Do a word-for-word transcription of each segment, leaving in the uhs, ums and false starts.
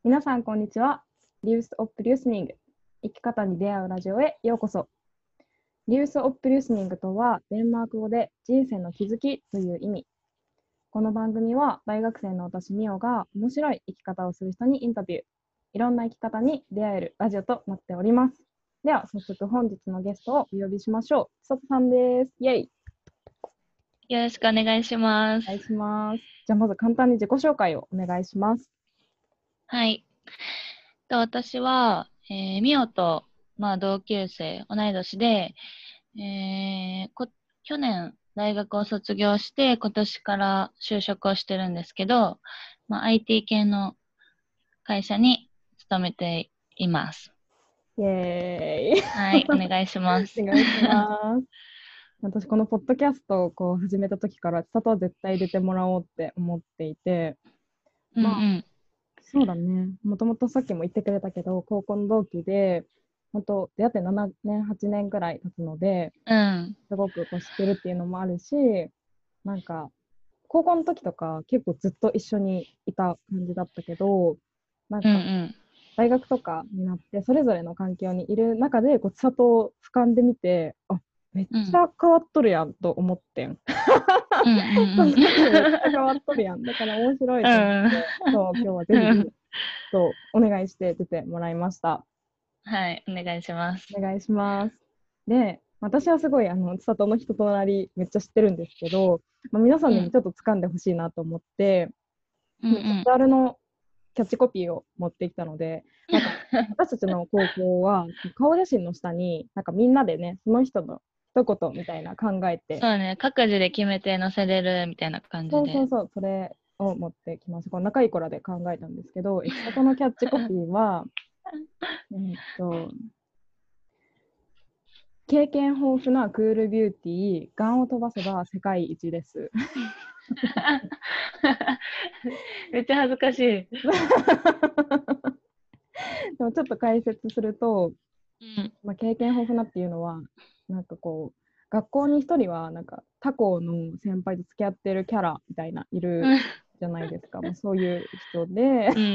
皆さんこんにちは。リュースオップリュースニング、生き方に出会うラジオへようこそ。リュースオップリュースニングとはデンマーク語で人生の気づきという意味。この番組は大学生の私ミオが面白い生き方をする人にインタビュー、いろんな生き方に出会えるラジオとなっております。では早速本日のゲストをお呼びしましょう。ちさとさんです。イェイ。 よろしくお願いします。 お願いします。じゃあまず簡単に自己紹介をお願いします。 はい。と私は、えー、ミオと、まあ、同級生、同い年で、えー、こ去年大学を卒業して、今年から就職をしてるんですけど、まあ、アイティー 系の会社に勤めています。 イエーイ。 はい、お願いします。 お願いします。私、このポッドキャストをこう始めた時から、千里は絶対出てもらおうって思っていて、まあ、 うんうん。 そうだね。もともとさっきも言ってくれたけど、高校の同期で、本当出会ってななねん、はちねんくらい経つので、 うん。 すごくこう知ってるっていうのもあるし、なんか、高校の時とか結構ずっと一緒にいた感じだったけど、なんうんうか、 ん。 大学とかになってそれぞれの環境にいる中でこう千里を俯瞰で見て、あ、めっちうん。 ゃ変わっとるやんと思ってん。 うんうんそううん。 そうそう、めっちゃ変わっとるやん。だから面白いと思って、そう今日はぜひうん。 そうお願いして出てもらいました。 はい、お願いします。 お願いします。で、私はすごいあの千里の人となりめっちゃ知ってるんですけど、まあ、皆さんにもうん。 ちょっと掴んでほしいなと思って、 うんうん。 あるのキャッチコピーを持ってきたので、なんか私たちの高校は顔写真の下になんかみんなでね、その人の一言みたいな考えて、 そうね、各自で決めて載せれるみたいな感じで。 そうそうそう、それを持ってきました。この仲いい子らで考えたんですけど、え千里のキャッチコピーは、えーっと、経験豊富なクールビューティー、ガンを飛ばせば世界一です。 めっちゃ恥ずかしい。 でもちょっと解説すると、 うん。 まあ、経験豊富なっていうのは、なんかこう、学校に一人はなんか他校の先輩と付き合ってるキャラみたいないるじゃないですか。まあ、そういう人で、 うん。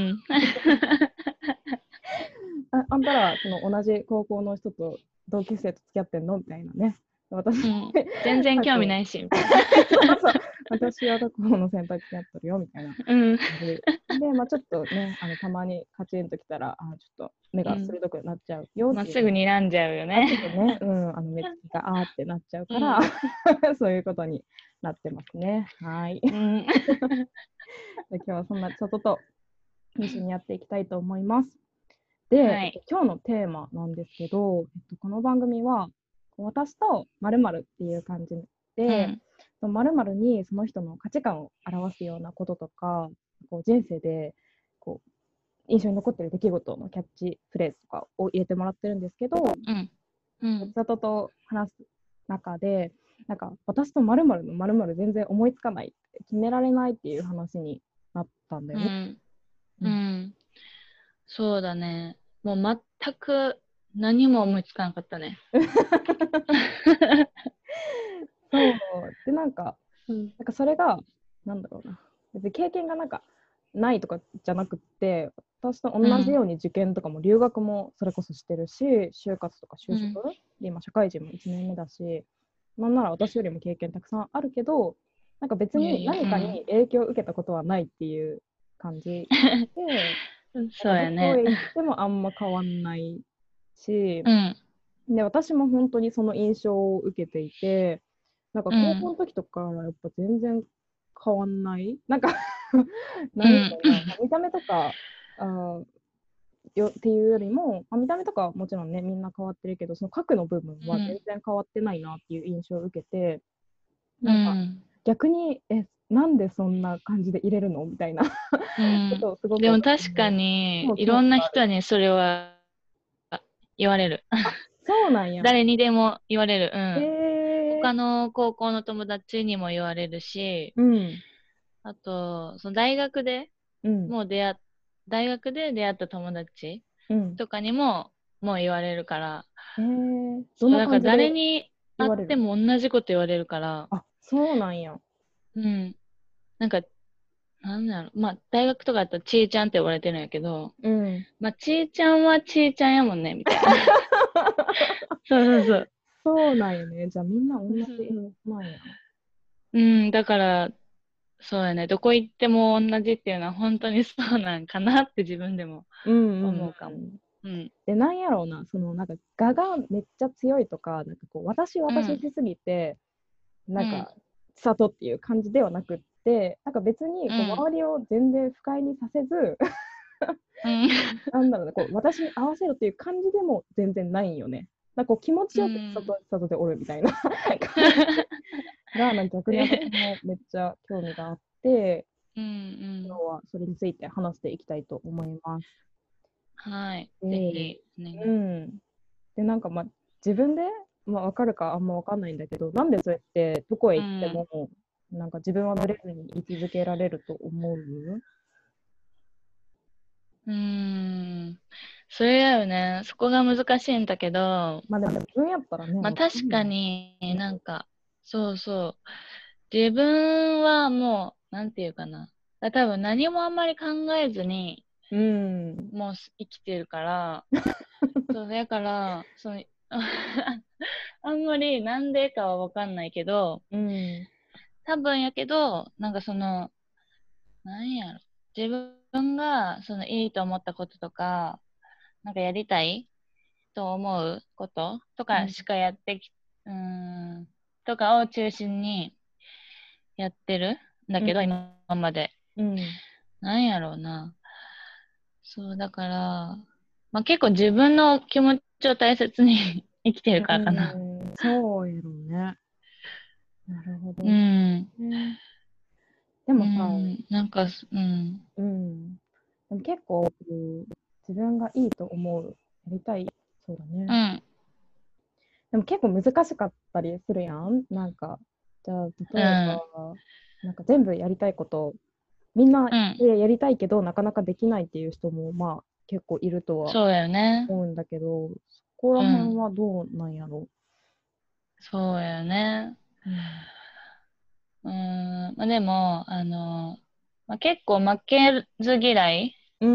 あ、あんたらはその同じ高校の人と同級生と付き合ってんのみたいなね。私、 うん。全然他校、 興味ないし、みたいな。 そうそう、私は他校の先輩と付き合ってるよみたいなうん。 感じで、まあ、ちょっとね、あのたまにカチンときたら、あ、ちょっと目がうん。 鋭くなっちゃうよっまっていうのも、 すぐ睨んじゃうよあ、ちょっとね、 ね。 うん、あの目つきがあーってなっちゃうから、 うん。 そういうことになってますね。はい。 うん。 で今日はそんな里と一緒にやっていきたいと思います。で、 はい。 えっと、今日のテーマなんですけど、えっと、この番組は私と〇〇っていう感じで、 うん。 〇〇にその人の価値観を表すようなこととか、こう人生でこう印象に残っている出来事のキャッチフレーズとかを入れてもらってるんですけど、 うん。うん。 里と話す中で、なんか私と〇〇の〇〇全然思いつかない、決められないっていう話になったんだよね。 うん。 うん、 うん。そうだね。もう全く何も思いつかなかったね。 そうで、なんかうん。 なんかそれが、なんだろうな、別に経験がなんかないとかじゃなくって、私と同じうん。 ように受験とかも留学もそれこそしてるし、就活とか就職、 うん。 で今社会人もいちねんめだし、なんなら私よりも経験たくさんあるけど、なんか別いやいや、 に何かうん。 に影響を受けたことはないっていう感じで、なんかどそうやね。 こへ行ってもあんま変わんないし、 うん。 で私も本当にその印象を受けていて、なんか高校うん。 の時とかはやっぱ全然変わんない。なんかなんだうん。 ろうな、まあ見た目とかあよっていうよりも、まあ、見た目とかはもちろんね、みんな変わってるけど、その核の部分は全うん。 然変わってないなっていう印象を受けて、 うなんかん。 逆に、え、なんでそんな感じで入れるのみたいなうん。 ことをすごくでも私確かも、 に、 そう、 いろんな興味がある。 人にそれは言われる。 あ、そうなんや。 誰にでも言われる。うえん。 ー、 他の高校の友達にも言われるし、 うん、 あと、その大学でうん、 もう出会っ、大学で出会った友達うん。 とかにももう言われるから、 えー、どんそう、 なだから感じで誰に会って言われる？ も同じこと言われるから、 あ、そうなんや。 うん。なんか、 なんだろう。まあ、大学とかだったらちーちゃんって呼ばれてるんやけど、 うん。 まあ、ちーちゃんはちーちゃんやもんね、みたいな。そうそうそう。 そうなんよね。じゃあみんな同そうじそうなんや。 うん、だから、そうやね。どこ行っても同じっていうのは本当にそうなんかなって自分でもうんうん思うかも。 うん。 うん。 で、なんやろうな、そのなんか我がめっちゃ強いとか、なんかこう、私うん。 私しすぎて、なうん。 んか、千里っていう感じではなくって、なんか別にこううん。 周りを全然不快にさせず、 うん。 なんだろうな、こう私に合わせるっていう感じでも全然ないんよね。なんかこう気持ちうよく千ん。 里千里でおるみたいな感じが、なんか逆に私もめっちゃ興味があって、 うん。うん。 今日はそれについて話していきたいと思います。 はい。ぜで、 ひ、お願い。 うん。で、なんかまあ自分で、まあ、分かるかあんま分かんないんだけど、なんでそうやってどこへ行ってうん。 も、なんか自分はブレずに居続けられると思う？ うーん。それだよね。そこが難しいんだけど、 まあでも自分やったらね、 まあ分か確かんない。 になんか、そうそう。自分はもう、なんていうかな。だ多分何もあんまり考えずに、 うん。 もう生きてるから、そう、だから、その、あんまりなんでかはわかんないけど、 うん。 多分やけど、なんかその、なんやろ。自分がそのいいと思ったこととか、なんかやりたいと思うこととうん。 かしかやってき、うーん、とかを中心にやってるんだけど、 うん。 今まで。 うん。 なんやろうな。そう、だから、まあ結構自分の気持ちを大切に生きてるからかな。 うん。そうやろうね。なるほどうん。 ね。でうもさ、 ん。なんか、うん。 うん。でも結構、うん自分がいいと思う、やりたい、そうだね。 うん。 でも結構難しかったりするやん。なんか、じゃあ、 う例えん。 ば、なんか全部やりたいこと、みんなうん。 やりたいけど、なかなかできないっていう人も、まあ、結構いるとはそうだよね。 思うんだけど、そこらうん。 辺はどうなんやろそうやよね。 う。うん。 うーん。まあでも、あの、まあ、結構負けず嫌いうん。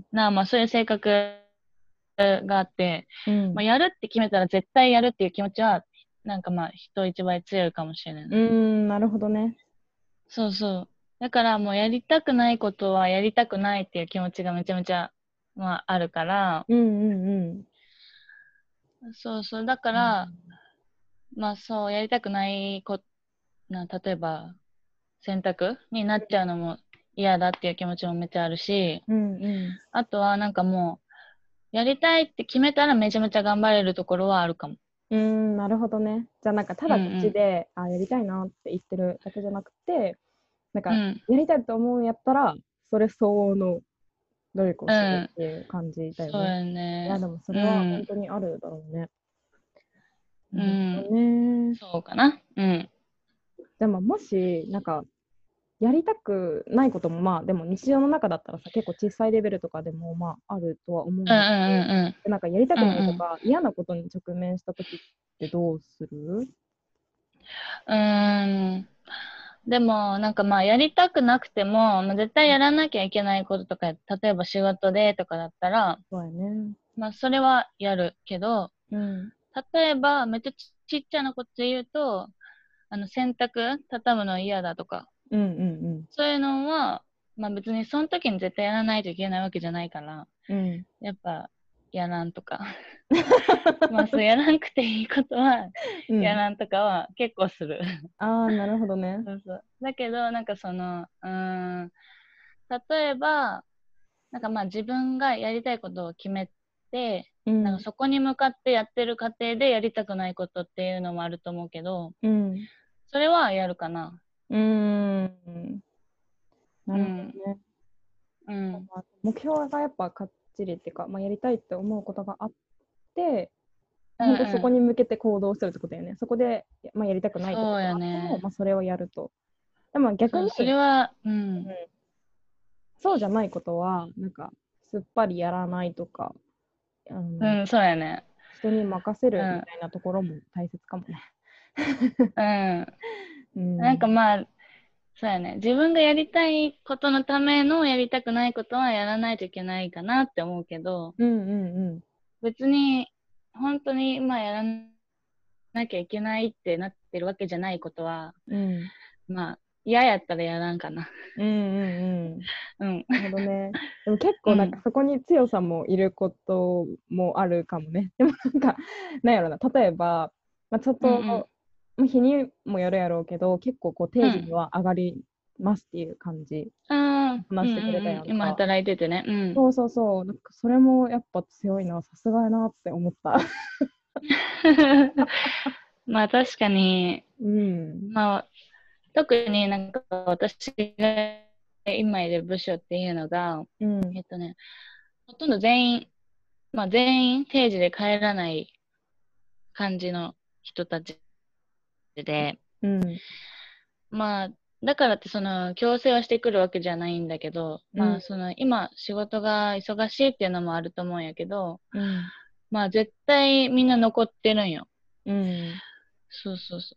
な、まあそういう性格があって、まあ、 うん。 やるって決めたら絶対やるっていう気持ちは、なんかまあ人一倍強いかもしれないうな。 ん、なるほどね。 そうそう。だからもうやりたくないことはやりたくないっていう気持ちがめちゃめちゃ、まああるから、 うんうんうん。 そうそう。だかうん。 ら、まあそう、やりたくないこ、な、例えば選択になっちゃうのも嫌だっていう気持ちもめっちゃあるし、 うんうん。 あとはなんかもう、やりたいって決めたらめちゃめちゃ頑張れるところはあるかも。 うーん、なるほどね。じゃあなんかたうんうだ口ん。 で、あ、やりたいなって言ってるだけじゃなくて、なんかうん。 やりたいと思うんやったら、それ相応の努力をするうん。 っていう感じだよね。 そうやいや、 ね。 でもそうれは本ん。 当にあるだろうね。なうるほどん。 ね。 そうかな。うん。 でももし、なんか、やりたくないこともまあ、でも日常の中だったらさ、結構小さいレベルとかでもまああるとは思ううんうんだけど、 んうんでなんかやりたうん。 くないとうんか嫌なことに直面した時ってどうする？ うん。うーん。でも、なんかまあ、やりたくなくても、まあ、絶対やらなきゃいけないこととか、例えば仕事でとかだったら、 そうやね。 まあ、それはやるけど、 うん。 例えば、めっちゃちちっちゃなことで言うと、あの、洗濯畳むの嫌だとか、 うんうんそういうのは、まあ別にその時に絶対やらないといけないわけじゃないから、 うん。うん。 やっぱ、やらんとか。まあそうやらなくていいことは、 うん。 やらんとかは結構する。 ああ、なるほどね。 そうそう。だけど、なんかその、うーん、例えば、なんかまあ自分がやりたいことを決めて、 うん。 なんかそこに向かってやってる過程でやりたくないことっていうのもあると思うけど、 うん。 それはやるかな。 うーん。なるほうん。 どね。 うん。 まあ目標がやっぱかっちりっていうか、まあ、やりたいって思うことがあって、 うん本当そこうん。 に向けて行動するってことだよね。そこで、まあ、やりたくないってこそうやとがあっても、 ね。 まあ、それをやると。でも逆に、 そう、それは、ううん、 ん。 そうじゃないことは、なんか、すっぱりやらないとか、あのうん、そうやね。 人に任せるみうん。 たいなところも大切かもね。 うん。 うなんかん。 まあ、 そうやね。自分がやりたいことのためのやりたくないことはやらないといけないかなって思うけど、 うんうん別に本当に今やらなきゃいけないってなってるわけじゃないことは、 うん。 まあ、嫌やったらやらんかな。 うんうんうん。 うん。 なるほどね。でも結構なんかうん。 そこに強さもいることもあるかもね。でもなんか、なんやろな、例えば、まあ、ちょっうんうん。 と、まあ日にもよるやろうけど、結構こう定時にうん。 は上がりますっていう感じ、 ああ、うんうん話してくれたうん。今やんか。 働いててね。うん。 そうそうそう。なんかそれもやっぱ強いな、さすがやなって思った。 まあ確かに、 うん。 まあ特になんか私が今いる部署っていうのが、 うん。 えっとね、ほとんど全員、まあ全員定時で帰らない感じの人たちで、 うん。 まあ、だからってその強制はしてくるわけじゃないんだけど、 うん。 まあその今仕事が忙しいっていうのもあると思うんやけど、 うん。 まあ絶対みんな残ってるんよ。 うん。 そうそうそう。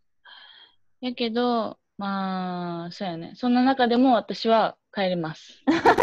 やけど、まあ、そうやね。そんな中でも私は帰ります。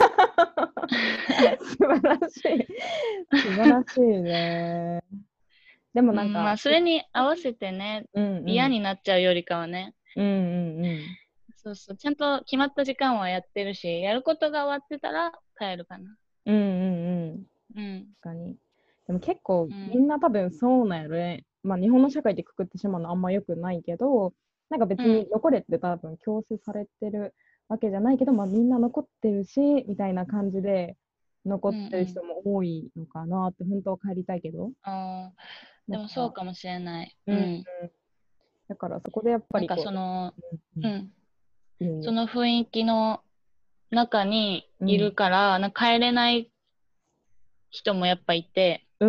素晴らしい。素晴らしいね。でもうん、まなんか、 あそれに合わせてね、 うんうん。 嫌になっちゃうよりかはね、 うんうんうん。 そうそう、ちゃんと決まった時間はやってるし、やることが終わってたら帰るかな。 うんうんうん。 うん。 確かに。でも結構うん。 みんな多分そうなんやろね。まあ日本の社会でくくってしまうのはあんま良くないけど、なんか別にうん。 残れって多分強制されてるわけじゃないけど、まあみんな残ってるし、みたいな感じで残うんうってるん。 人も多いのかなって、本当は帰りたいけど。 ああ、でもそうだから、 かもしれない。 うんうん。 うん。 だからそこでやっぱなんかりこその、 う、うんうん。 うん、いいよ。 その雰囲気の中にいるうん。 から、なんか帰れない人もやっぱいて、 うん。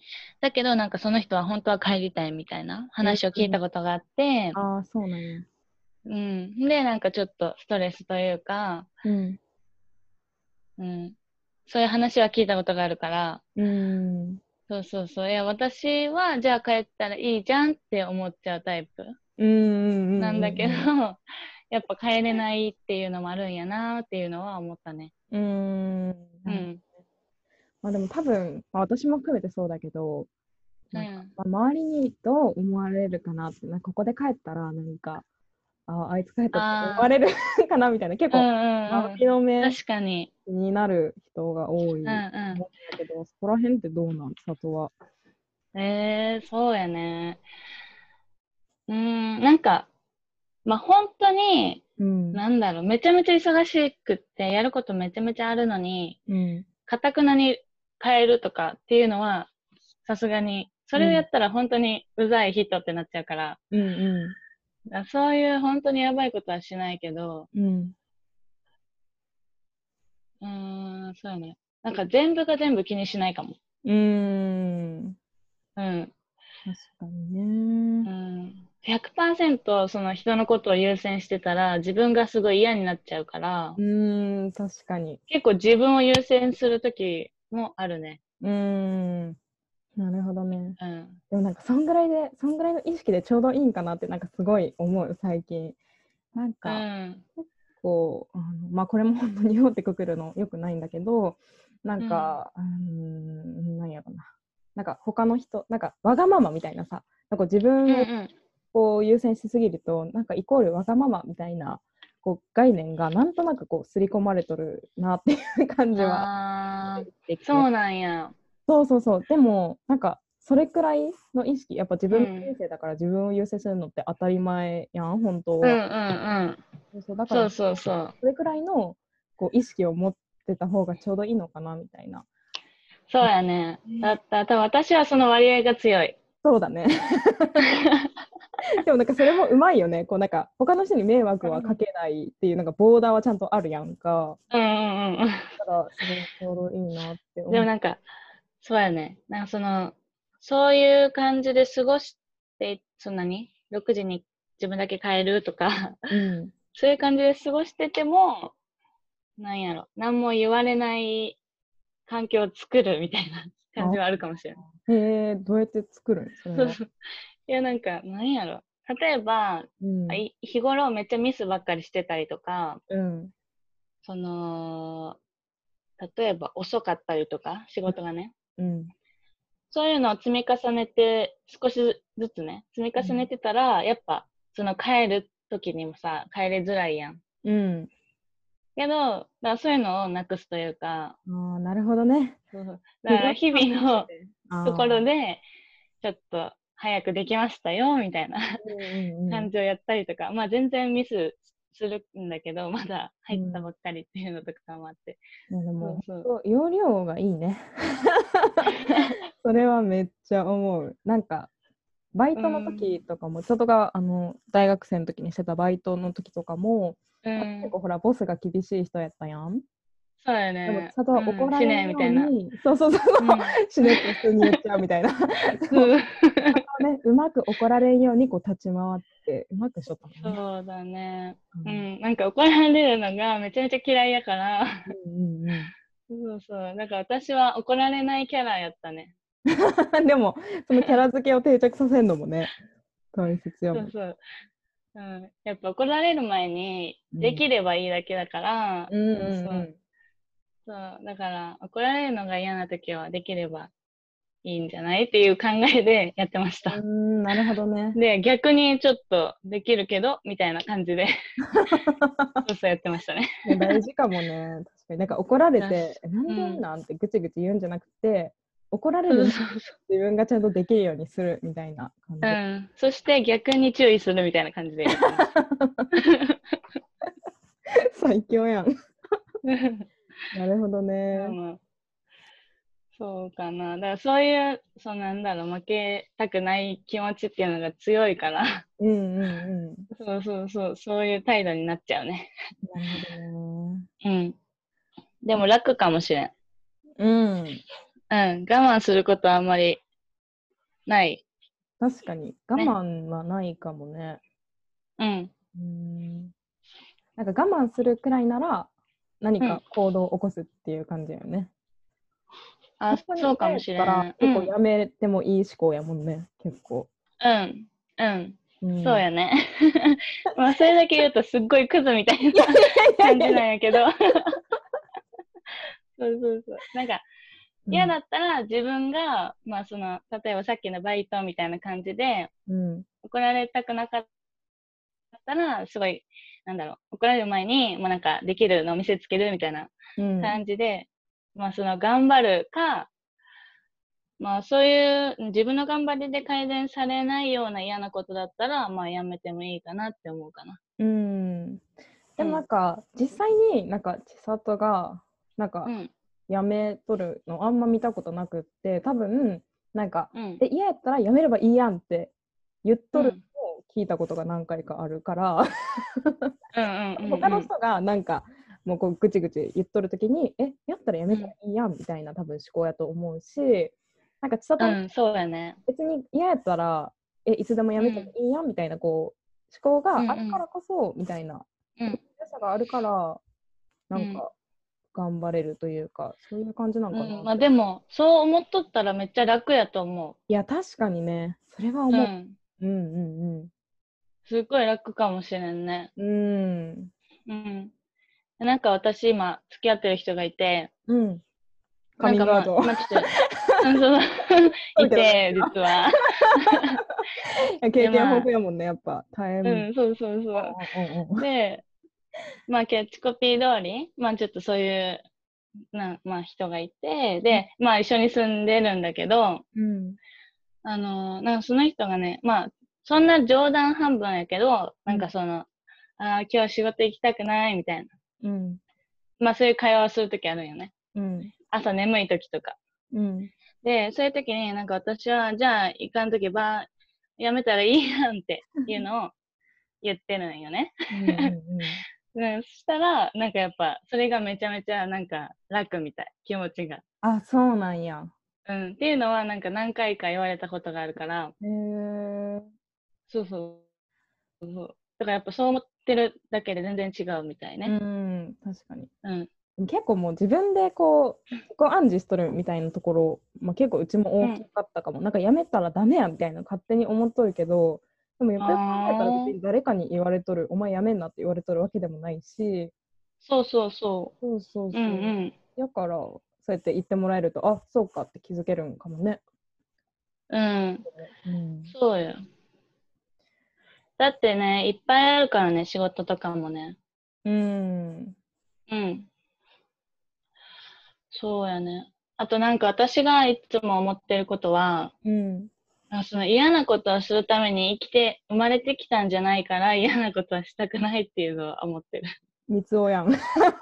だけどなんかその人は本当は帰りたいみたいなうん。 話を聞いたことがあって、 ああ、そうなんや。 うん。で、なんかちょっとストレスというか、 うん。 うん。そういう話は聞いたことがあるから、 うん。 そうそうそう。いや、私はじゃあ帰ったらいいじゃんって思っちゃうタイプうんうんなんだけど、 うんやっぱ帰れないっていうのもあるんやなっていうのは思ったね。 うん。うーん。なるほど。 うん。 まあでも多分、まあ、私も含めてそうだけど、なんか、 うん。 まあ、周りにどう思われるかなって、なんかここで帰ったら、なんか、あ、あいつ帰ったって思わあれるかなみたいな、結あ、う構、周んうんうん。 りの目確かに。 気になる人が多うんいと思ううんだけど、そこら辺ってどうなん里は？ ん。ええー、そうやね。うーん、なんか、まあ、本当に、 うん。 なんだろう、めちゃめちゃ忙しくって、やることめちゃめちゃあるのに、 うん。 かたくなに変えるとかっていうのは、さすがに、そうん。 れをやったら本当にうざい人ってなっちゃうから、 うんうん。 だそういう本当にやばいことはしないけど、 うん。 うーん、そうやね。なんか全部が全部気にしないかも。 うーん。 うん。 確かにね。 うん。ひゃくパーセントその人のことを優先してたら自分がすごい嫌になっちゃうから、 うーん、確かに。 結構自分を優先するときもあるね。 うーん。なるほどね。 うん。 でもなんかそんぐらいで、そんぐらいの意識でちょうどいいんかなってなんかすごい思う、最近。なんうか、 ん。 こう、あのまあこれも本当に日本ってくくるのよくないんだけど、なんうん。 か、うーん、なんやろな。なんか他の人、なんかわがままみたいなさ、なんか自分をうんうん。 こう優先しすぎると、なんかイコールわがままみたいなこう概念がなんとなくこう刷り込まれとるなっていう感じはあー、 してきて。 そうなんや。 そうそうそう。でも、なんか、それくらいの意識、やっぱ自分の人うん。 生だから自分を優先するのって当たり前やん、本当は。 うんうんうん。 そうそう、だから、 そうそうそう。 それくらいのこう意識を持ってた方がちょうどいいのかな、みたいな。 そうやね。だったら、多分私はその割合が強い。 そうだね。でもなんかそれもうまいよね。こうなんか他の人に迷惑はかうんけないっていうなんかボーダーはちゃんとあるやんか。 うんうんうん。 だからすごいちょうどいいなって思う。 でもなんか、そうやね。なんかその、そういう感じで過ごして、そんなに ?ろく 時に自分だけ帰るとか、 うん。 そういう感じで過ごしてても、なんやろ、何も言われない環境を作るみたいな感あ、 じはあるかもしれない。 へえ、どうやって作るんそれは？ そうそう。いや、なんか、なんやろ。 例えば、 うんい日頃めっちゃミスばっかりしてたりとか、 うんその、例えば遅かったりとか、仕事がね。 うんそういうのを積み重ねて、少しずつね、積み重ねてたら、やっぱ、その帰る時にもさ、帰りづらいやん。 うんけど、だからそういうのをなくすというか、 ああ、なるほどね。 そうそうだ日から日頃のミ 々のスで。 ところああ、 で、ちょっと早くできましたよ、みたいなうんうん感じをやったりとか、まあ全然ミスするんだけど、まだうん。 入ったばっかりっていうのとかもあって。 いやでもそうそう。 本当容量がいいね。それはめっちゃ思う。なんかバイうトのん。 時とかも、ちょっとがあの大学生の時にしてたバイトの時とかも、 うあ結ん。 構ほらボスが厳しい人やったやん。 そうだよでもね。 ちゃんとうん。死怒られんねみたいな。 ように、そうそうそうそう、 うん。 死ねって普通に言っちゃうみたいな。でも、 そう。 ね、うまく怒られんようにこう立ち回ってうまくしとったもんね。 そうだね。 うん、 うん。なんか怒られるのがめちゃめちゃ嫌いやから。 うんうんうん。 そうそう。だから私は怒られないキャラやったね。 でも、そのキャラ付けを定着させるのもね、大切やもん。 そうそう。うん。やっぱ怒られる前にうん、 できればいいだけだから、 うんそうそう。 うんうそう。だから怒られるのが嫌な時はできればいいんじゃないっていう考えでやってましん。うた。 ん、なるほどね。 で、逆にちょっとできるけど、みたいな感じで、そうそうやってましたね。 いや大事かもね。確かに。なんか怒られだして、えなんうん。 でなんてぐちぐち言うんじゃなくて、怒られそうる前にそうそ自分がちゃんとできるようにするみたいな感う。うじ。 ん。そして逆に注意するみたいな感じでやってました。 最強やん。 うん。 なるほどね。 まあまあ、そうかな。だからそういう、そうなんだろう、負けたくない気持ちっていうのが強いから、 うんうんうそうそうそう、そういう態度になっちゃうね。 ん。なるほどね。 うん。でも楽かもしれん。 うん。 うん。我慢することはあんまりない。 確かに。我ね。 慢はないかもね。 うん。 うん。なんか我慢するくらいなら何うん。 か行動を起こすっていう感じだよね。 あ、 本当に嫌やっそうかもしたられん。うん。 結構やめてもいい思考やもんね。結構。 うん。うん。 うん。 そうやね。まあ、それだけ言うとすっごいクズみたいないやい感じやいや。 なんやけど。そうそうそう。なんか、嫌だうん。 ったら自分が、まあその、例えばさっきのバイトみたいな感じで、 うん。 怒られたくなかったら、すごい、なんだろう、怒られる前に、もうなんか、できるのを見せつけるみたいなうん。 感じで、まあその、頑張るか、まあそういう自分の頑張りで改善されないような嫌なことだったら、まあやめてもいいかなって思うかな。 うん。でもなんうん。 か実際になんか千里がなんかうん。 やめとるのあんま見たことなくって、多分なんかうん。 え嫌やったらやめればいいやんって言っとるうん。 のを聞いたことが何回かあるから、 うんうん他うんの人がなんかもうこうぐちぐち言っとる時にえやったらやめたらうん。 いいやんみたいな多分思考やと思うし、なんか千里もうん。うん、そうやね。 別に嫌やったらえいつでもやめてもうん。 いいやんみたいなこう思考うんがあるからうんこそみたいなうん。 良さがあるからなうん。 んか頑張れるというかそういう感じなんうん。 かなって。 まあでも、そう思っとったらめっちゃ楽やと思いや確かにねそれはう。う思ん。 う。うんうんすっごい楽かもしれんね。 うんうん。なんか私今付き合ってる人がいて、 うんうんカなんかまあ、 ミングアウトまあちょっと、うん、そのあるけどねいて、実は。 いや経験豊でまあ、 富やもんねやっぱ大変。うんうん、そうそうそう。 うんうんで、まあキャッチコピー通り、まあちょっとそういうな、まあ人がいて、で、まあ一緒に住んでるんだけど、 うんあの、なんかその人がね、まあ、そんな冗談半分やけど、なんかうんその、ああ、今日仕事行きたくないみたいな。 うんまあそういう会話をするときあるんよね。 うん朝眠いときとか。 うんで、そういうときになんか私は、じゃあ行かんときば、やめたらいいやんっていうのを言ってるんよね。 うんうんうん、そしたら、なんかやっぱ、それがめちゃめちゃなんか楽みたい。気持ちが。 あそうなんや。 うん。っていうのはなんか何回か言われたことがあるから、 へえ。 そうそう。だからやっぱそう思ってるだけで全然違うみたいうね。 ん確かに。 うん。 結構もう自分でこう自己暗示しとるみたいなところ、まあ、結構うちも大きうん。 かったかも。なんかやめたらダメやみたいな勝手に思っとるけど、 でもよくよく考えたら別ああ、 に誰かに言われとる、お前やめんなって言われとるわけでもないし、 そうそうそそうそうう。うんそう。 うん。 だから、そうやって言ってもらえると、あ、そうかって気づけるんかもね。 うん。 うん。 そうよ。だってね、いっぱいあるからね、仕事とかもね。 うん。 うん。そうやね。あとなんか私がいつも思ってることは、 うん。 あその嫌なことをするために生きて、生まれてきたんじゃないから嫌なことはしたくないっていうのは思ってる。 三つおやん。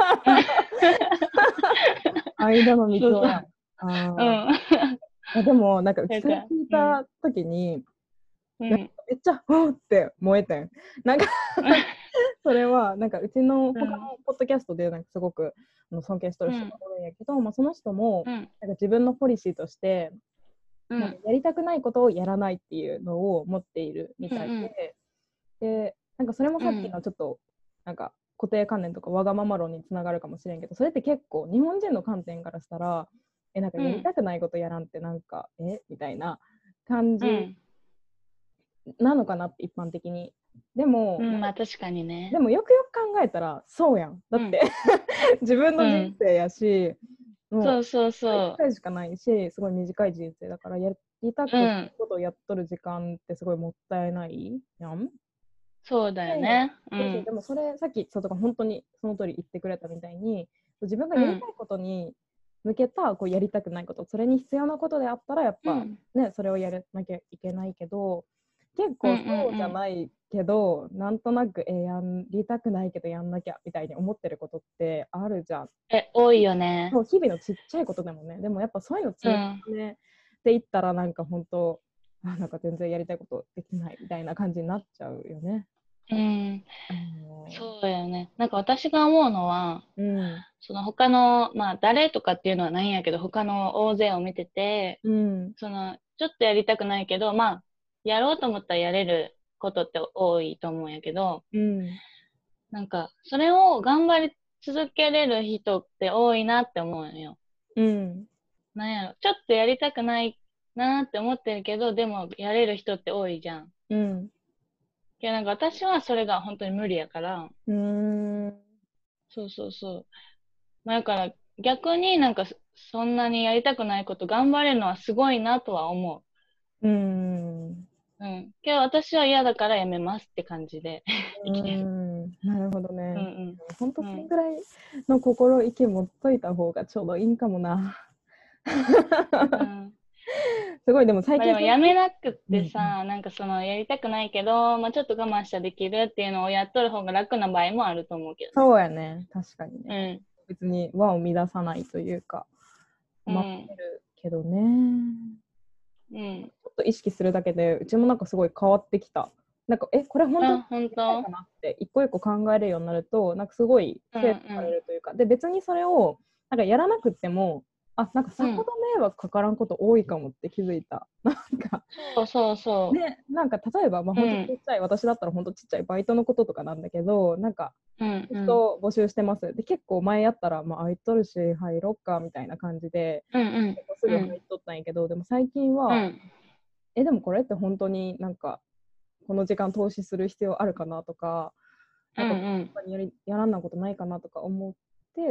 間の三そうそう。 つおやん。 うあん。 あ。でも、なんか、 なんか、 それ聞いうん。 たときに、なんかうん。 めっちゃ、ふーって燃えてん。なんかそれは、なんか、うちの他のうん。 ポッドキャストで、なんか、すごくあの尊敬してるうん。 人がおるんやけど、まあ、その人も、 うん。 なんか自分のポリシーとして、なんかうん。 やりたくないことをやらないっていうのを持っているみうん。うん。 たいで、で、なんかそれもさっきうん。 のちょっと、なんか固定観念とかわがまま論につながるかもしれんけど、それって結構日本人の観点からしたら、え、なんかやりうん。 たくないことやらんってなんか、えみたいな感じうん。 なのかなって一般的に。でも、 うん。 なんかまあ確かにね。 でもよくよく考えたらそうやん。だうん。 って自分の人うん。 生やし、もそうそうう1 そ回しかないし、すごい短い人生だからやりたう。うくないん。 ことをやっとる時間ってすごいもったいないやん。 そうだよで、 ね。うそうそう、 ん。 でもそれ、さっき、そうとか本当にその通り言ってくれたみたいに、自分がうん。 やりたいことに向けたこうやりたくないこと、それに必要なことであったら、やっぱうん。 ね、それをやらなきゃいけないけど、結うん。う構そうじゃん。 ないけど、なんとなく、えーやりたくないけどやんなきゃみたいに思ってることってあるじゃん。 え、多いよね。 そう、日々のちっちゃいことでもね、でもやっぱそういうの積みうん。 重ねていったら、なんか本当、あ、なんか全然やりたいことできないみたいな感じになっちゃうよね。 うん。 あのそうだよね。なんか私が思うのは、 うん、 その他の、まあ誰とかっていうのはないんやけど、他の大勢を見てて、 うん、 その、ちょっとやりたくないけど、まあ、やろうと思ったらやれることって多いと思うんやけど、 うん、 なんか、それを頑張り続けれる人って多いなって思うんよ。 うん、 なんやろ。ちょっとやりたくないなって思ってるけど、でもやれる人って多いじゃん。 うん、 けどなんか私はそれが本当に無理やから、 うん、 そうそうそう。まあだから逆になんかそんなにやりたくないこと頑張れるのはすごいなとは思うん、 う。うん。けど私は嫌だからやめますって感じで生きてる。 なるほどうんね。 うん。 本当うん。 そんぐらいの心意気持っといた方がちょうどいいんかもな。 うん。 すごい、でも最まあで近それ、 もやめなくっうんうん、 てさ、なんかそのやりたくないけど、まあちょっと我慢したらできるっていうのをやっとる方が楽な場合もあると思うけどね。 そうやね、確かにね。 うん。 別に輪を乱さないというか、待ってうん。 るけどね。 うん。 ちょっと意識するだけで、うちもなんかすごい変わってきた。なんか、え、これ本当にあ、本やりたいか当？ なって一個一個考えるようになると、なんかすごいうんう整理されるというか、で、別にそれをなんかやらなくっても、あ、なんかん。うん。 さほど迷惑かからんこと多いかもって気づいた。なんか、 そうそうそね、なんか例えば、まあ、 う。う本当ちっん。 ちゃい、私だったら本当ちっちゃいバイトのこととかなんだけど、なんか、 うんうん。 人募集してます。で、結構前やったら、まあ、空いとるし、入ろっかみたいな感じで、 うんうん。 結構すうん。 ぐ入っとったんやけど、でも最近は、 うん。 え、でもこれって本当になんか、この時間投資する必要あるかなとか、 うなんかん他にやりやらんなことないかなとか思って、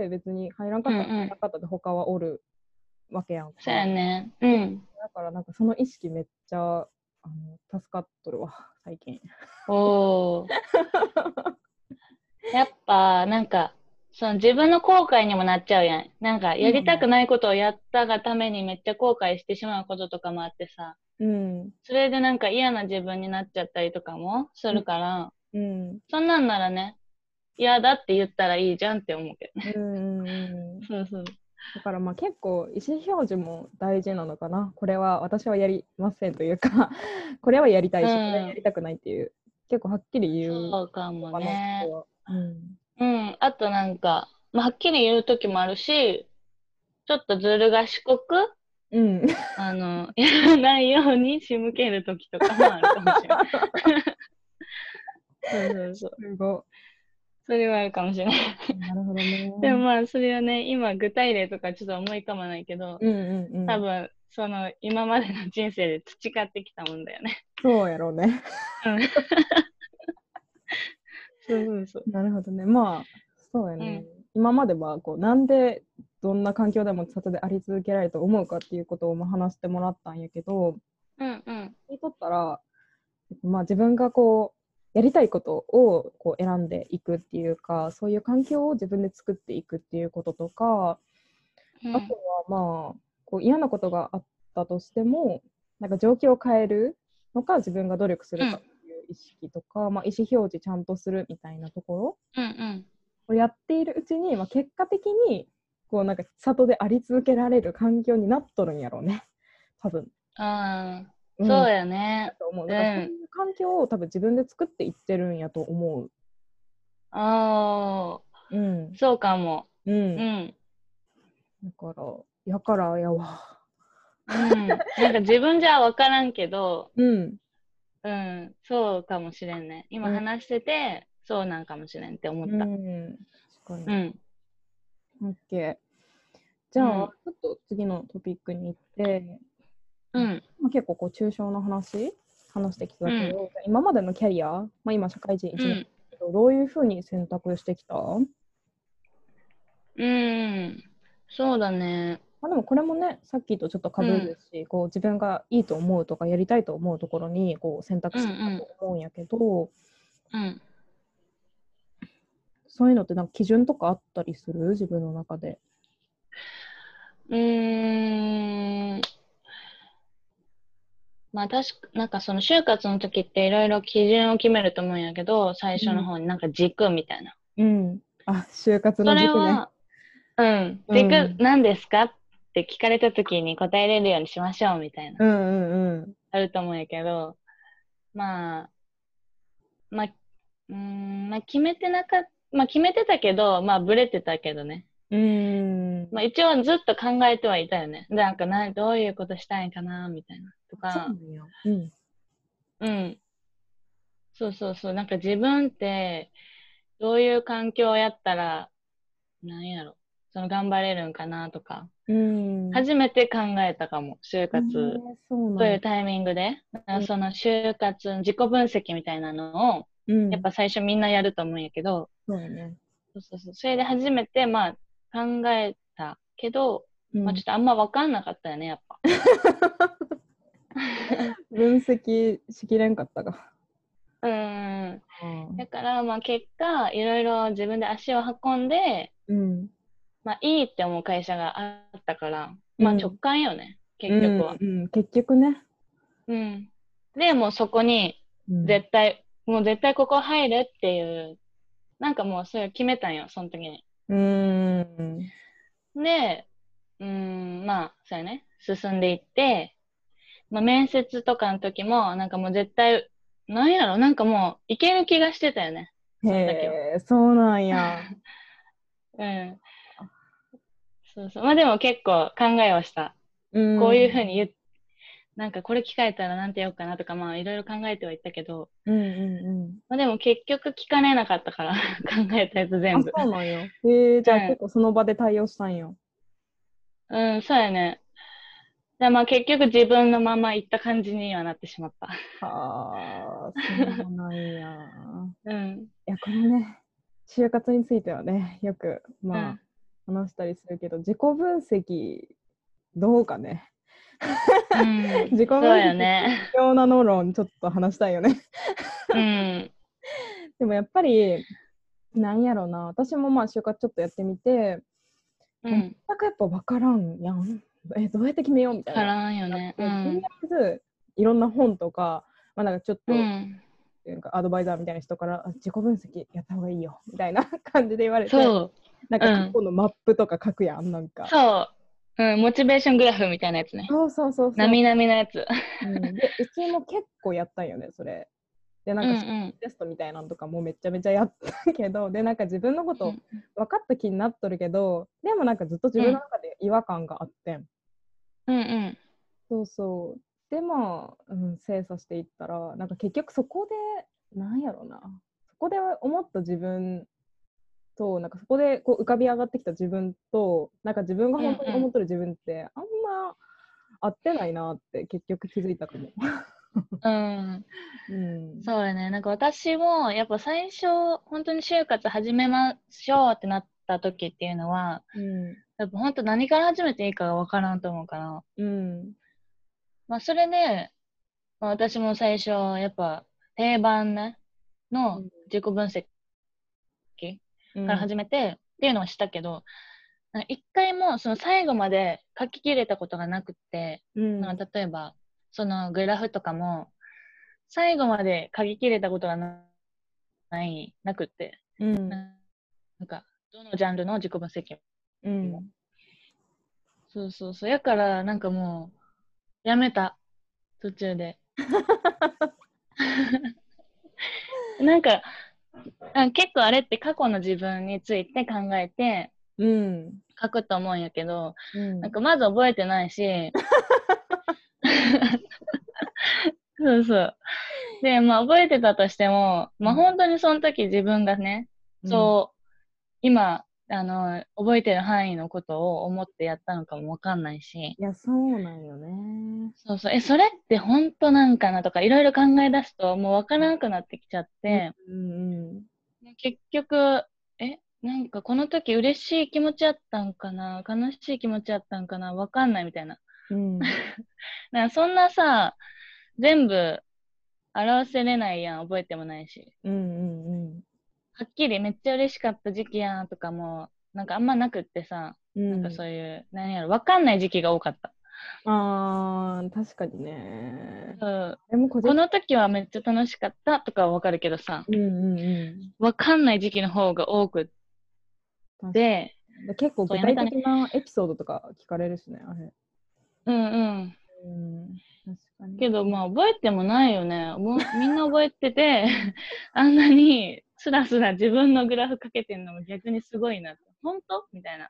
別に入らんかうん。 ったら入うん。 らんかったで他はおるわけやんそうやか。 ね。うん。 だからなんかその意識めっちゃあの助かっとるわ、最近。 おー。やっぱ、なんか、その自分の後悔にもなっちゃうやん。なんか、やりたくそうなの。 ないことをやったがためにめっちゃ後悔してしまうこととかもあってさ。 うん。 それでなんか嫌な自分になっちゃったりとかもすうん。 るから、 うん。 そんなんならね、嫌だって言ったらいいじゃんって思うけどね。 うん。うん。 そうそう。 だからまあ結構意思表示も大事なのかな。これは私はやりませんというかこれはやりたういし、これはやん。 りたくないっていう、結構はっきり言うそうかも他の人ね。 は。うん。 うん。あとなんか、まあ、はっきり言うときもあるし、ちょっとずる賢く、 うん。 あの、やらないように仕向けるときとかもあるかもしれない。そうそうそう。 すごい。 それはあるかもしれない。 なるほどね。 でもまあ、それはね、今具体例とかちょっと思い浮かばないけど、 うんうんうん。 多分、その今までの人生で培ってきたもんだよね。 そうやろうね。 うん。そうそうそう。 なるほどね。まあ、そうやね。 うん。 今まではこう、なんでどんな環境でも里であり続けられると思うかっていうことをまあ話してもらったんやけど、 うんうん。 聞いとったら、まあ、自分がこうやりたいことをこう選んでいくっていうか、そういう環境を自分で作っていくっていうこととか、あとうん。 はまあこう嫌なことがあったとしても、なんか状況を変えるのか自分が努力すうん。 るかっていう意識とか、まあ、意思表示ちゃんとするみたいなとこうんうん。 ろをやっているうちに、まあ、結果的にこうなんか里であり続けられる環境になっとるんやろうね、多分。 ああ、 うん、 そうだやね。 と思う。だからそううん。 いう環境を多分自分で作っていってるんやと思う。 ああ、 うん。 そうかも。 うん。 うん。 だから、やからやわ。 うん。なんか自分じゃわからんけど、 うん。 うん。そうかもしれんね。今うん。 話してて、そうなんかもしれんって思っうた。 ん。確かに。 うん。 オッケー。じゃあ、 うん。 ちょっと次のトピックに行って、 うん。 まあ、結構こう抽象の話、話してきたうん。 けど、今までのキャリア、まあ、今社会人いちねんだうん。 けど、どういうふうに選択してきた？ うん。そうだね。 まあ、でもこれもね、さっきとちょっと被うん。 るし、こう自分がいいと思うとかやりたいと思うところにこう選択うんうしてきたとん。 思うんやけど、 うん。 そういうのってなんか基準とかあったりする？自分の中で。 うーん。まあ確か、なんかその就活の時っていろいろ基準を決めると思うんやけど、最初のうん。 方になんか軸みたいな。 うん。あ、就活その軸ね。 れは、うん、 うん。 軸何ですかって聞かれた時に答えれるようにしましょうみたいな、 うんうんうん。 あると思うんやけど、まあ、まあ、うーん、まあ決めてなかっまあ決めてたけど、まあブレてたけどね。 うーん。 まあ一応ずっと考えてはいたよね。なんかな、どういうことしたいんかな、みたいな。とか、 そうなんや。うん。 うん。そうそうそう。なんか自分ってどういう環境をやったら、なんやろ。その頑張れるんかなとか。 うーん。 初めて考えたかも。就え活。 ー、そうなんや。 そういうタイミングで。だかうん。 らその就活、自己分析みたいなのを、 うん。 やっぱ最初みんなやると思うんやけど、 そうやね。 そうそうそう。それで初めて、まあ、考えたけど、まあちょっうん。 とあんま分かんなかったよね、やっぱ。 分析しきれんかったが。 うーん。 あー、 だから、まあ結果、いろいろ自分で足を運んで、 うん。 まあいいって思う会社があったから、まあ直うん。 感よね、 うん。 結局は。 うん。結局ね。 うん。で、もうそこに、 うん。 絶対、もう絶対ここ入るっていう、なんかもうそれ決めたんよ、その時に。 うーん。 で、うーん、まあ、そうやね、進んでいって、まあ面接とかの時も、なんかもう絶対、なんやろ、なんかもういける気がしてたよね、 へその時は。 え、そうなんや。 うん。そうそう。まあでも結構考えはした。 うこういうふうん。 に言っなんかこれ聞かれたらなんて言おうかなとか、まあいろいろ考えてはいったけど、 うんうんうん。 まあでも結局聞かれなかったから考えたやつあ、 全部。 そうなんや。へえ、じゃあ結うん。 構その場で対応したんや。 うん、そうやね。でまあ結局自分のまま行った感じにはなってしまった。 はあ、そうなんや。 うん。 いや、このね、就活についてはね、よく、まうん。 あ、話したりするけど、自己分析、どうかね。 うん。 自己そう分析って必よね。 要なの論、ちょっと話したいよね。 うん。 でもやっぱり、なんやろな、私もまあ就活ちょっとやってみて、全うん。 くやっぱ分からんやん。え、どうやって決めようみたいな。 からんよなっね。うて、とりん。 あえず、いろんな本とか、まあ、なんかちょっうと、 ん。 なんかアドバイザーみたいな人から、自己分析やった方がいいよみたいな感じで言われて、 そう。 なんか過うん。 去のマップとか書くやん、なんか。 そう。うん。モチベーショングラフみたいなやつね。 そうそうそうそなみなみなやつ。 う。うん、で、うちも結構やったんよね、それ。で、なんうんうか、 ん。 テストみたいなのとかもめちゃめちゃやったけど、で、なんか自分のことうん。 分かった気になっとるけど、でもなんかずっと自分のうん。 中で違和感があってん。 うんうん。 そうそう。で、まあ、うん、精査していったら、なんか結局そこで、なんやろな、そこで思った自分となんかそこでこう浮かび上がってきた自分となんか自分が本当に思ってる自分ってあんま合ってないなって結局気づいたかも。 うん。 うん。 そうやね。なんか私も、やっぱ最初、本当に就活始めましょうってなった時っていうのは、 うん。 やっぱ本当何から始めていいかがわからんと思うから。 うん。 まあそれで、まあ、私も最初、やっぱ定番ね、のうん自己分析からうん。 始めてっていうのはしたけど、なんか一回もその最後まで書ききれたことがなくって、 うん。 なんか例えば、そのグラフとかも、最後まで書ききれたことがなない、なくって、 うん。 なんか、どのジャンルの自己分析も。 うん。 そうそうそう。やから、なんかもう、やめた。途中で。なんか、あ結構あれって過去の自分について考えてうん。 書くと思うんやけど、 うん。 なんかまず覚えてないし、そうそう。で、まあ覚えてたとしても、まあ本当にその時自分がね、 うん。 そう、今、あの、覚えてる範囲のことを思ってやったのかもわかんないし、 いや、そうなんよね。 そうそう、え、それって本当なんかなとか、いろいろ考え出すと、もうわからなくなってきちゃっうん。 て、 うん。 結局、え、なんかこの時嬉しい気持ちあったんかな、悲しい気持ちあったんかな、わかんないみたいな。 うん。 なんかそんなさ、全部表せれないやん、覚えてもないし。 うん。うん。 はっきりめっちゃ嬉しかった時期やんとかも、なんかあんまなくってさ、なんかうん。 そういう、何やろ、わかんない時期が多かった。 ああ、確かにね。 うん。 でも個人的この時はめっちゃ楽しかったとかはわかるけどさ、 に、うんうんうん。 わかんない時期の方が多くっ確かて、 に。で結構具体そうやめたね。 的なエピソードとか聞かれるしね、あれ。 うんうん。 うん。確かに。 けどまあ覚えてもないよね。もうみんな覚えてて、あんなにスラスラ自分のグラフかけてんのも逆にすごいな。本当みたいな。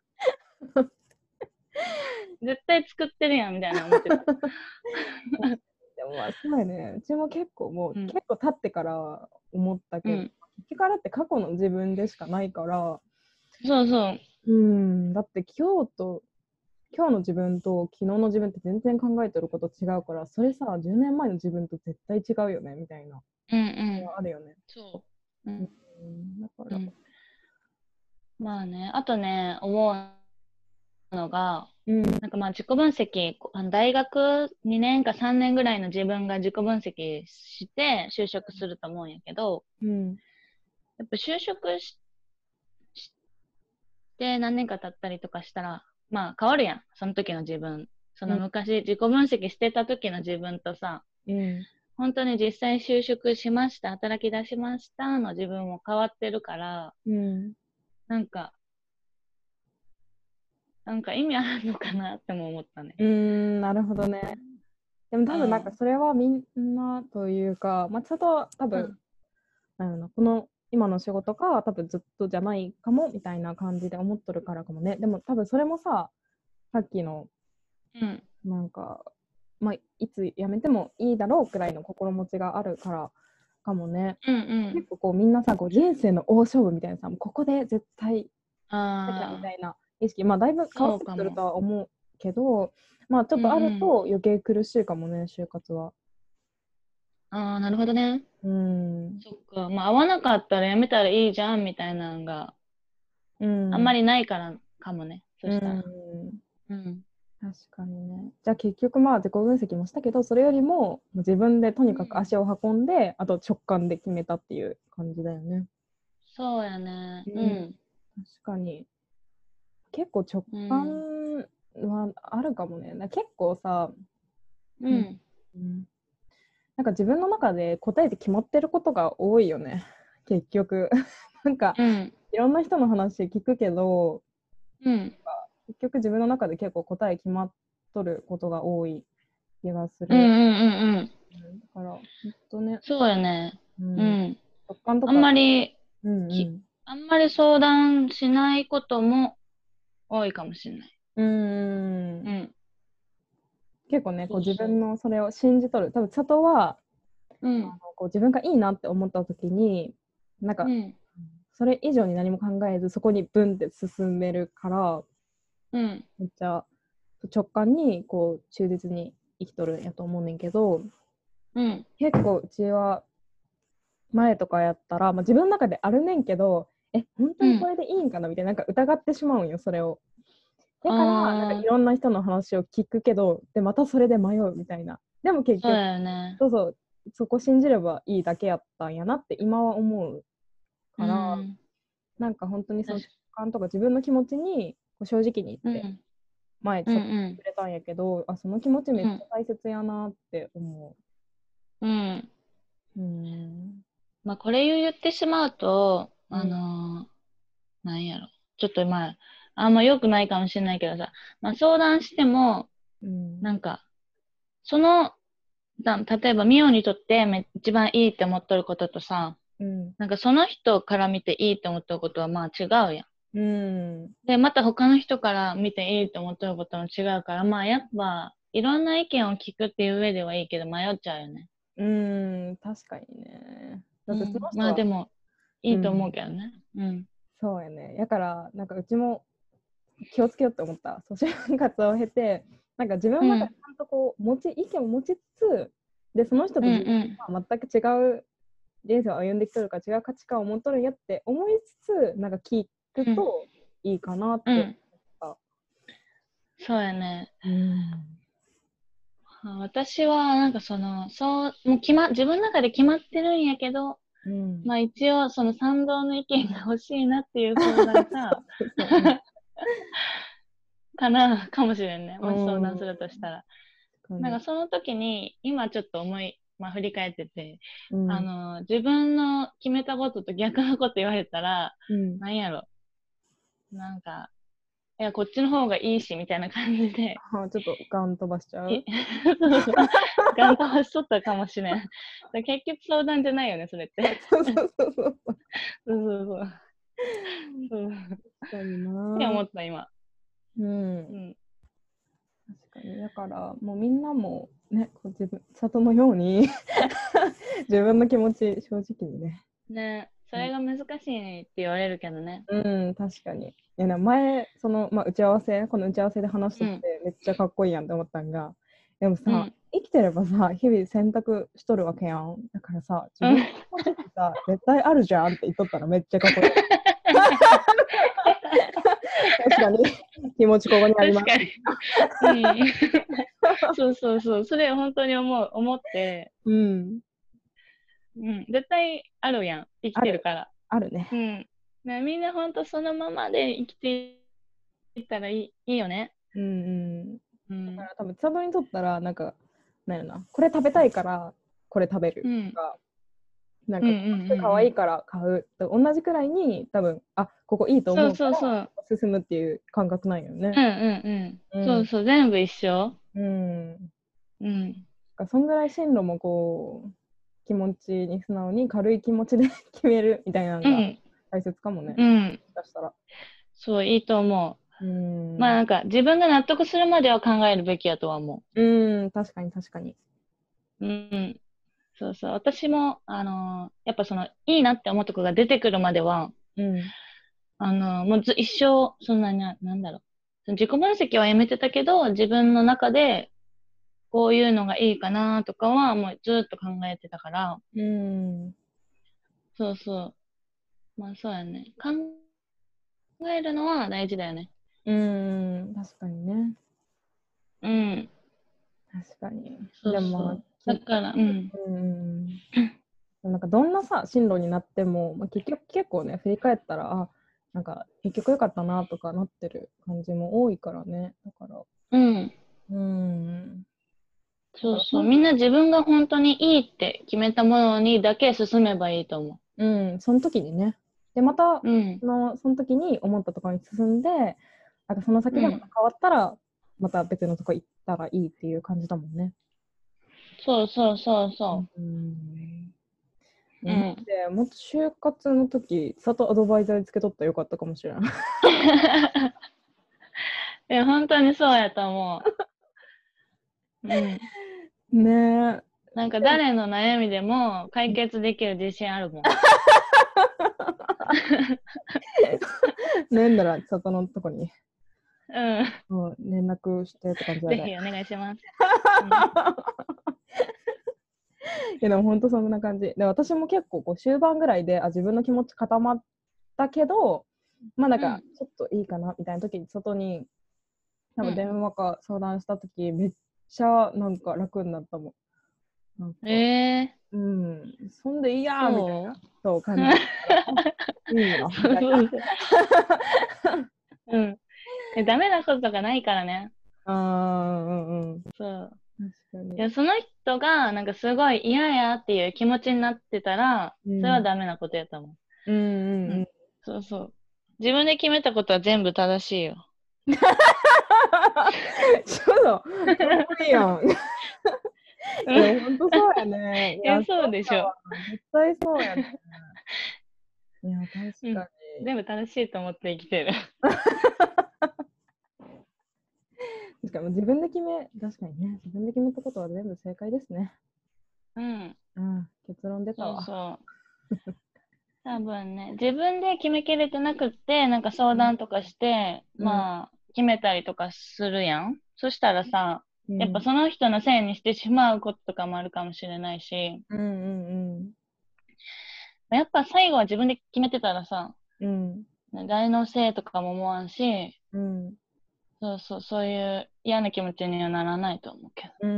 絶対作ってるやんみたいな思ってた。 でもまあそうやね。うちも結構もううん。 結構経ってから思ったけど、 うん。 結局あれって過去の自分でしかないから、 そうそう。 うん、だって今日と、今日の自分と昨日の自分って全然考えてること違うから、それさ、じゅうねんまえの自分と絶対違うよね、みたいな。 うんうん。 あるよね。 そう。ううん。 ん、だから、 うん。まあね、あとね、思うのが、 うん、 なんかまあ自己分析、こあの大学にねんかさんねんぐらいの自分が自己分析して就職すると思うんやけど、 うん、 やっぱ就職しして何年か経ったりとかしたら、まあ変わるやん。その時の自分。そのうん、 昔自己分析してた時の自分とさ、 うん、 本当に実際就職しました、働き出しましたの自分も変わってるから、 うん、 なんか、なんか意味あるのかなっても思ったね。 うん、なるほどね。でも多分なんかうん。 それはみんなというか、まあ、ちょっと多分、 うん。 なんやろな、この今の仕事が多分ずっとじゃないかもみたいな感じで思っとるからかもね。でも多分それもさ、さっきのうん。 なんか、まあ、いつ辞めてもいいだろうくらいの心持ちがあるからかもね。 うんうん。 結構こうみんなさ、こう人生の大勝負みたいなさ、もうここで絶対なきゃみああ、 たいな意識、まあだいぶ変わってきてるそうかも。 とは思うけど、まあちょっうんとあるうん。 と余計苦しいかもね、就活は。 ああ、なるほどね。 うん。 そっか。まあ合わなかったらやめたらいいじゃんみたいなのがうん。 あんまりないからかもね。そうしたら。 ん。 うん。 確かにね。じゃあ結局まあ自己分析もしたけど、それよりも自分でとにかくうん。 足を運んで、あと直感で決めたっていう感じだよね。 そうやね。ううん。 ん。 確かに。結構直うん。 感はあるかもね。な結構さ、うん、 うん。 なんか自分の中で答えて決まってることが多いよね。結局。なんかうん。 いろんな人の話聞くけど、 うん。 結局自分の中で結構答え決まっとることが多い気がする。 うんうんうんうん。 うん、だから、ほんとね、 そうやね。 うん、 うん。 直感とあんか、 まり、 うんうき、 ん。 あんまり相談しないことも多いかもしれない。 うーん。 うん。 結構ね、こう自分そうそのそれを信じとる。多分、佐藤は、 う。うん。 あのこう自分がいいなって思った時に、なんか、 うん。 それ以上に何も考えずそこにブンって進めるから、 うん、 めっちゃ直感にこう忠実に生きとるんやと思うねんけど、 うん、 結構うちは前とかやったら、まあ、自分の中であるねんけど、え本当にこれでいいんかなみたいな、なんか疑ってしまうんよそれを。だからなんかいああ、 ろんな人の話を聞くけど、でまたそれで迷うみたいな。でも結そう局だよね。 そうそうそこ信じればいいだけやったんやなって今は思ううから、 ん、 なんか本当にその直確か感とか自分の気持ちにこう正直に言ってうん、うん、 前ちょっとうん、 くれたんやけど、あその気持ちめっちゃうん、 大切やなって思うん。 う。うん。 まあ、これを言ってしまうと、あうん。 のーなんやろ。ちょっとまあ、あんま良くないかもしれないけどさ、まあ、相談しても、 うん。 なんか、その、だ例えば、ミオにとってめ一番いいって思っとることとさ、 うん。 なんかその人から見ていいって思っとることはまあ違うやん。 うん。 で、また他の人から見ていいって思っとることも違うから、まあやっぱ、いろんな意見を聞くっていう上ではいいけど迷っちゃうよね。 うん。確かにね。だってそのうん。 人は、 まあでも、いいと思ううん。 けどね。うん。 そうやね。だから、なんかうちも気をつけようって思った。そう就活を経て、なんか自分の中でうん。 ちゃんとこう持ち意見を持ちつつ、でその人うんうと自分ん。 は全く違う人生を歩んできとるから違う価値観を持っとるんやって思いつつ、なんか聞くうん。 といいかなってうん。 思った。 そうやね。 うん。 あ私は、なんかその、そう、もう決ま、自分の中で決まってるんやけど、 うん。 まあ一応、その賛同の意見が欲しいなっていう相談か、 そうそう。 かな、かもしれんね。 うもし相談ん。 するとしたら。なんか確かに。 その時に、今ちょっと思い、まあ振り返ってて、 うん。 あの、自分の決めたことと逆のこと言われたら、 うん。 なんやろ、なんか、いや、こっちの方がいいし、みたいな感じで、 あ、ちょっとガン飛ばしちゃいう。 そうそう、ガン飛ばしとったかもしれん。だ結局相談じゃないよね、それって。 そうそうそうそう。 そうそうそう。そうっ確かにて思な。 った、今。 うん。 うん。 確かに。だから、もうみんなもね、こう自分、里のように自分の気持ち、正直にね。 ね、それが難しいって言われるけどね。 うん、確かに。いやな前、その、まあ、打ち合わせ、この打ち合わせで話しとっうん。 て、めっちゃかっこいいやんって思ったんが、でもさ、 うん。 生きてればさ、日々選択しとるわけやん。だからさ、自分のうん。 気持ちってさ、絶対あるじゃんって言っとったらめっちゃかっこいい。確かに、気持ちここにあります。 確かに。うん。そうそうそう。それ本当に思う、思って、 うん。 うん。絶対あるやん。生きある、 てるから。 あるね。 うん。ね、みんな本当そのままで生きていったらいい、いいよね。 うんうん。 うん。 だから多分、千里にとったら、なんか、なんやろな、これ食べたいからこれ食べるうん。 とか、なんか、 うんうんうん可うん。 愛いから買うと同じくらいに、多分、あ、ここいいとそう思うかそうそう。 ら進むっていう感覚なんよね。 うんうんうん。 うん。 そうそう。全部一緒。 うん。 うん。 そんぐらい進路もこう、気持ちに素直に軽い気持ちで決めるみたいなのがうん。 大切かもね。 うん。 もしかしたら。 そう、いいと思うう。まあん。 なんか、自分が納得するまでは考えるべきやとは思うん、確かに確かに。 う。うん。そうそう。私も、あのーやっぱその、いいなって思うとこが出てくるまでは、 うん。 あのーもうず一生、そんなにな、なんだろう。自己分析はやめてたけど、自分の中で、こういうのがいいかなとかは、もうずっと考えてたから、 うん。 そうそう。まあそうやね。考えるのは大事だよね。 うん、確かにね。 うん。 確かに。 そうでもまあ、 そう。だ結から、うん。 局、うん。なんかどんなさ、進路になっても、まあ、結局結構ね、振り返ったら、あ、なんか結局良かったなとかなってる感じも多いからね。だから、 うん。 うん。だからそそうそう。みんな自分が本当にいいって決めたものにだけ進めばいいと思うん、その時にね。で、また、 う。うん。 そのその時に思ったところに進んで、なんかその先でまたうん。 変わったら、また別のとこ行ったらいいっていう感じだもんね。 そうそうそうそうん。 う。うマん。 ジでもっと就活の時、里アドバイザーにつけとったらよかったかもしれない。 いや、本当にそうやと思う。うん。 ねえ。 なんか誰の悩みでも解決できる自信あるもん。 なんだら里のとこに、 うん。 うん、連絡してって感じだぜね。 ひお願いします。 いやでも本当そんな感じで、私も結構こう終盤ぐらいであ自分の気持ち固まったけど、まあなんかちょっといいかなみたいな時に外に多分電話か相談した時、めっちゃなんか楽になったもん。なんか、 えうん、そんでいいやー、 ーみたいなそそう感じだからいいなうみたいな。 そうそう。うん。え、ダメなことがないからね。 ああ、うんうん。 そう。 確かに。 いや、その人が、なんかすごい嫌やっていう気持ちになってたら、 うん、 それはダメなことやと思うんうう。うんうん。 ん。そうそう。自分で決めたことは全部正しいよ。 ちょっと、無理やん。 うん。 でも本当そうやね。いや、 いや、そうでしょ。 そうだわ。絶対そうやね。いや、確うん。 かに。 全部正しいと思って生きてる。 確かに自分で決め、確かにね、自分で決めたことは全部正解ですね。 うん。 うん、結論出たそうわ。 そう。多分ね、自分で決めきれてなくって、なんか相談とかして、 うん、 まあ、決めたりとかするやん。そしたらさ、やっぱうん、 その人のせいにしてしまうこととかもあるかもしれないし、 うん、うん、 やっぱ最後は自分で決めてたらさ、 うん、 誰のせいとかも思わんし、 うん、 そうそう、そういう嫌な気持ちにはならないと思うけうん、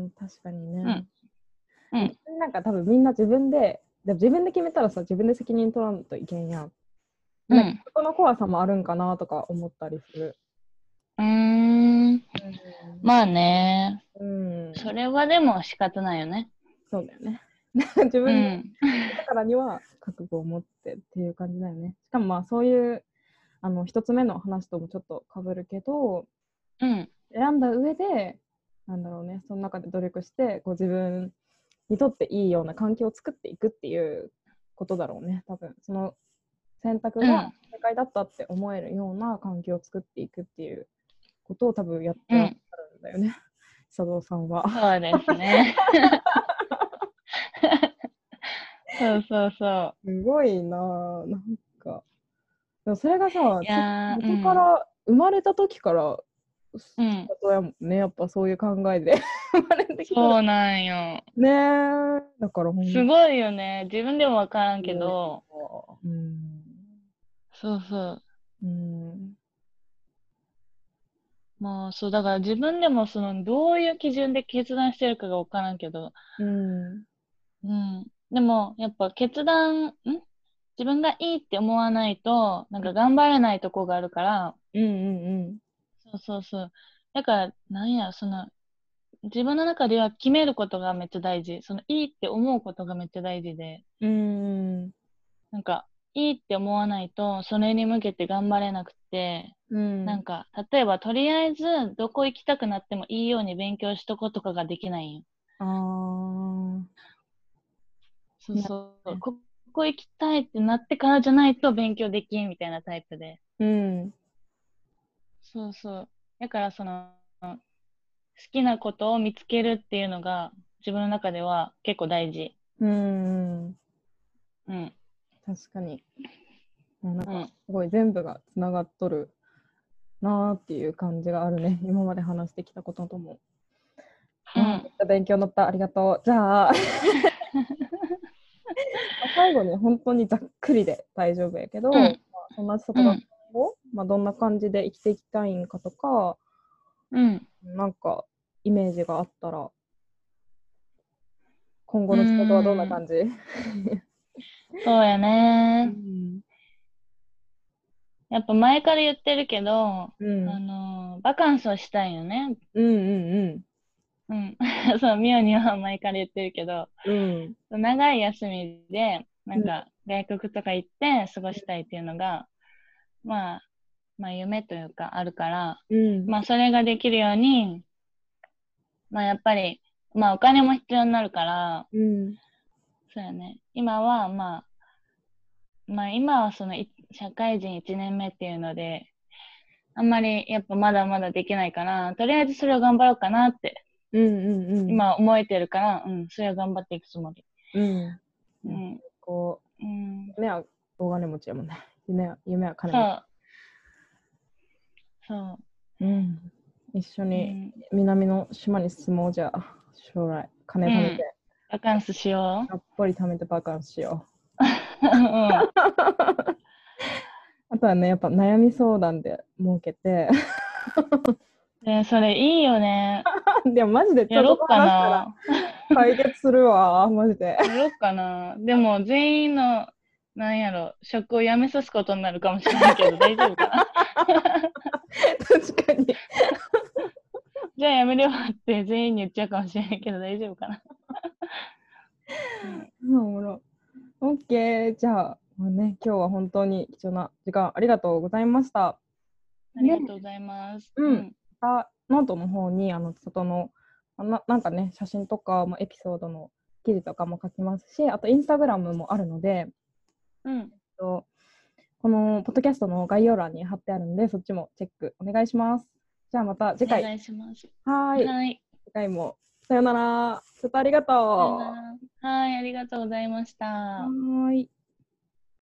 確かにね。 ど。うん。うん。 なんか多分みんな自分で、でも自分で決めたらさ、自分で責任取らんといけんやん。なんかうん。 そこの怖さもあるんかなとか思ったりする。 うーん。まあね。 うん、うん、 それはでも仕方ないよね。 そうだよね。自分でうん。 だからには覚悟を持ってっていう感じだよね。しかもまあそういうあの一つ目の話ともちょっとかぶるけど、 うん。 選んだ上で、なんだろうね、その中で努力して、こう自分にとっていいような環境を作っていくっていうことだろうね、多分。その選択がうん。 正解だったって思えるような環境を作っていくっていうことを多分やってらっしうん。 ゃるんだよね、佐藤さんは。 そうですね。そうそうそすごいなぁ、なんか。でもそれがさ、 う。いちょっとやー、う元かん。 ら、生まれた時から、 うん。 そうやもんね、やっぱそういう考えで生まれてきたら。 そうなんよ。 ねえ、だからほんとすごいよね。自分でもわからんすごいけど。 わ。うん。 そうそう。 うん。 もう、そう、だから自分でもその、どういう基準で決断してるかがわからんけど。 うん。 うん。でも、やっぱ決断、ん自分がいいって思わないと、なんか頑張れないとこがあるから、 うんうんそうそうそう。だから、なんや、その、自分の中では決めることがめっちゃ大事。その、いいって思うことがめっちゃ大事で、 うん。うん。 なんか、いいって思わないと、それに向けて頑張れなくて、 うん。 なんか、例えば、とりあえず、どこ行きたくなってもいいように勉強しとことかができないんよ。 ああ。 そうなるそう。 ほどね。 ここ行きたいってなってからじゃないと勉強できんみたいなタイプで。 うん。 そうそう。だから、その、好きなことを見つけるっていうのが、自分の中では結構大事。 うん。 うん。 確かに。いやなんか、 うん。 すごい全部がつながっとるなーっていう感じがあるね。今まで話してきたこととも。あー、めっうん。 ちゃ勉強になった。ありがとう。じゃあ、最後に本当にざっくりで大丈夫やけど、まあ、 うん。 そんな里が今うん。 後、まあ、どんな感じで生きていきたいんかとか、 うん。 なんかイメージがあったら、今後うーの仕事はどんなん。 感じ？ そうやうね。 ん。 やっぱ前から言ってるけど、あうん。 のーバカンスをしたいよね。 うんうんうん。そう、ミオには前から言ってるけど、 うん。うん。 長い休みで、なうん。 んか、外国とか行って過ごしたいっていうのが、まあ、まあ夢というかあるから、 うん。 まあそれができるように、まあやっぱり、まあお金も必要になるから、 うん。 そうやね。今はまあ、まあ今はそのい社会人いちねんめっていうので、あんまりやっぱまだまだできないから、とりあえずそれを頑張ろうかなってうんうんうん。 今思えてるから、うん、それを頑張っていくつもり。 うん。いや、 うん。 こうん。 う、ね、 大金持ちやもんね。夢は、夢は金そ持ち。 う。そうん。一緒う。うにん。 南の島に住もうじゃあ、将来。金う貯めて、 ん。バカンスしよたっぷり貯めてバカンスしよう。うん。 う。あとはね、やっぱ悩み相談で設けて、 ね、それいいよね。 でもマジでちょっとやろっか話したらな。 解決するわ、マジで。 やろっかな。でも、全員の、なんやろ、職を辞めさすことになるかもしれないけど、大丈夫かな。 確かに。 じゃあ辞めればって全員に言っちゃうかもしれないけど、大丈夫かな。うん、 うんおもろ。オッケー。じゃあ、もうね、今日は本当に貴重な時間ありがとうございました。 ありで、 がとうございます。 うん。 うん。 またノートの方に、あの、外の、あな、なんかね、写真とか、まあ、エピソードの記事とかも書きますし、あと、インスタグラムもあるので、 うん。 とこのポッドキャストの概要欄に貼ってあるので、そっちもチェックお願いします。じゃあまた次回。 お願いします。 はーい。 はい。 次回もさよなら。ちょっとありがとう。 さよなら。はい、ありがとうございました。 はーい。